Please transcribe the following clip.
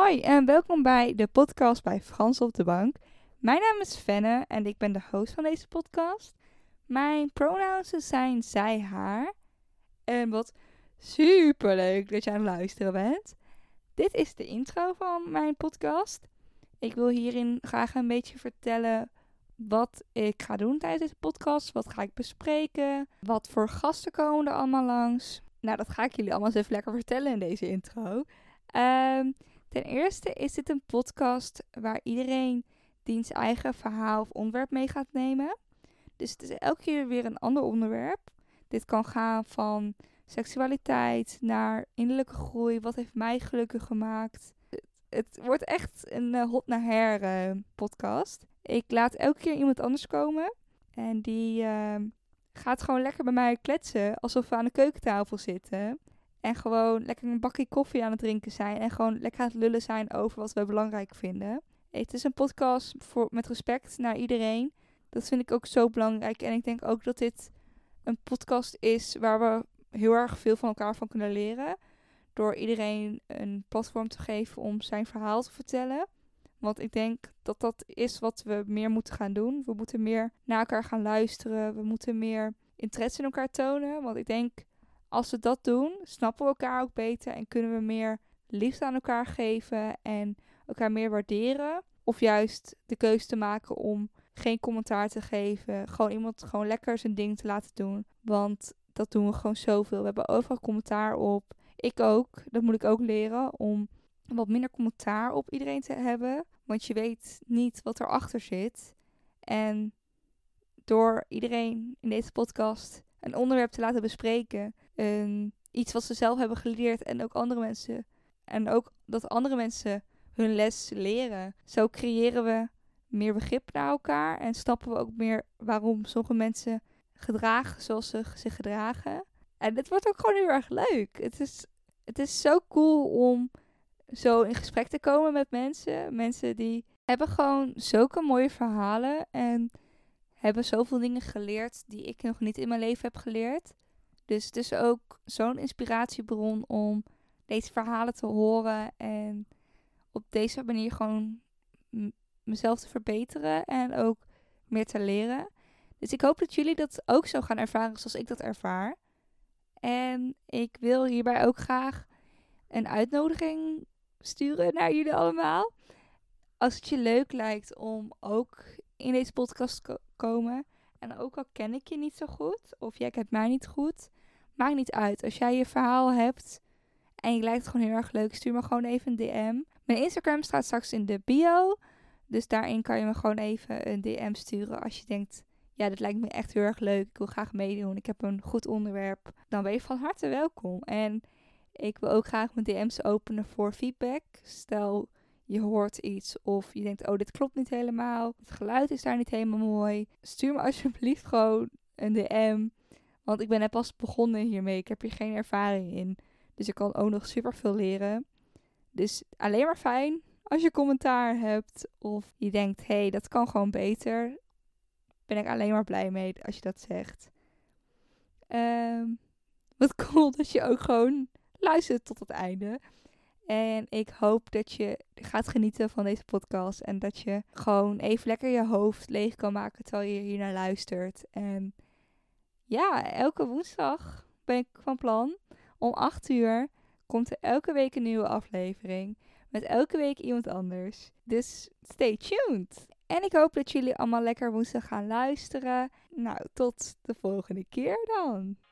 Hoi en welkom bij de podcast bij Frans op de Bank. Mijn naam is Fenne en ik ben de host van deze podcast. Mijn pronouns zijn zij, haar. En wat super leuk dat je aan het luisteren bent. Dit is de intro van mijn podcast. Ik wil hierin graag een beetje vertellen wat ik ga doen tijdens deze podcast. Wat ga ik bespreken? Wat voor gasten komen er allemaal langs? Nou, dat ga ik jullie allemaal eens even lekker vertellen in deze intro. Ten eerste is dit een podcast waar iedereen diens eigen verhaal of onderwerp mee gaat nemen. Dus het is elke keer weer een ander onderwerp. Dit kan gaan van seksualiteit naar innerlijke groei. Wat heeft mij gelukkig gemaakt? Het wordt echt een hot naar her podcast. Ik laat elke keer iemand anders komen. En die gaat gewoon lekker bij mij kletsen. Alsof we aan de keukentafel zitten. En gewoon lekker een bakje koffie aan het drinken zijn. En gewoon lekker aan het lullen zijn over wat we belangrijk vinden. Het is een podcast met respect naar iedereen. Dat vind ik ook zo belangrijk. En ik denk ook dat dit een podcast is waar we heel erg veel van elkaar van kunnen leren. Door iedereen een platform te geven om zijn verhaal te vertellen. Want ik denk dat dat is wat we meer moeten gaan doen. We moeten meer naar elkaar gaan luisteren. We moeten meer interesse in elkaar tonen. Want ik denk, als we dat doen, snappen we elkaar ook beter. En kunnen we meer liefde aan elkaar geven. En elkaar meer waarderen. Of juist de keuze te maken om geen commentaar te geven. Gewoon iemand gewoon lekker zijn ding te laten doen. Want dat doen we gewoon zoveel. We hebben overal commentaar op. Ik ook. Dat moet ik ook leren. Om wat minder commentaar op iedereen te hebben. Want je weet niet wat erachter zit. En door iedereen in deze podcast een onderwerp te laten bespreken. Iets wat ze zelf hebben geleerd. En ook andere mensen. En ook dat andere mensen hun les leren. Zo creëren we meer begrip naar elkaar. En snappen we ook meer waarom sommige mensen gedragen zoals ze zich gedragen. En het wordt ook gewoon heel erg leuk. Het is zo cool om zo in gesprek te komen met mensen. Mensen die hebben gewoon zulke mooie verhalen. En hebben zoveel dingen geleerd die ik nog niet in mijn leven heb geleerd. Dus het is ook zo'n inspiratiebron om deze verhalen te horen. En op deze manier gewoon mezelf te verbeteren. En ook meer te leren. Dus ik hoop dat jullie dat ook zo gaan ervaren zoals ik dat ervaar. En ik wil hierbij ook graag een uitnodiging sturen naar jullie allemaal. Als het je leuk lijkt om ook in deze podcast te komen. En ook al ken ik je niet zo goed. Of jij kent mij niet goed. Maakt niet uit. Als jij je verhaal hebt. En je lijkt het gewoon heel erg leuk. Stuur me gewoon even een DM. Mijn Instagram staat straks in de bio. Dus daarin kan je me gewoon even een DM sturen. Als je denkt, ja, dit lijkt me echt heel erg leuk. Ik wil graag meedoen. Ik heb een goed onderwerp. Dan ben je van harte welkom. En ik wil ook graag mijn DM's openen voor feedback. Stel, je hoort iets of je denkt, oh, dit klopt niet helemaal. Het geluid is daar niet helemaal mooi. Stuur me alsjeblieft gewoon een DM. Want ik ben net pas begonnen hiermee. Ik heb hier geen ervaring in. Dus ik kan ook nog super veel leren. Dus alleen maar fijn als je commentaar hebt. Of je denkt, hey, dat kan gewoon beter. Ben ik alleen maar blij mee als je dat zegt. Wat cool dat je ook gewoon luistert tot het einde. En ik hoop dat je gaat genieten van deze podcast. En dat je gewoon even lekker je hoofd leeg kan maken terwijl je hier naar luistert. En ja, elke woensdag ben ik van plan. Om 8:00 komt er elke week een nieuwe aflevering. Met elke week iemand anders. Dus stay tuned. En ik hoop dat jullie allemaal lekker woensdag gaan luisteren. Nou, tot de volgende keer dan.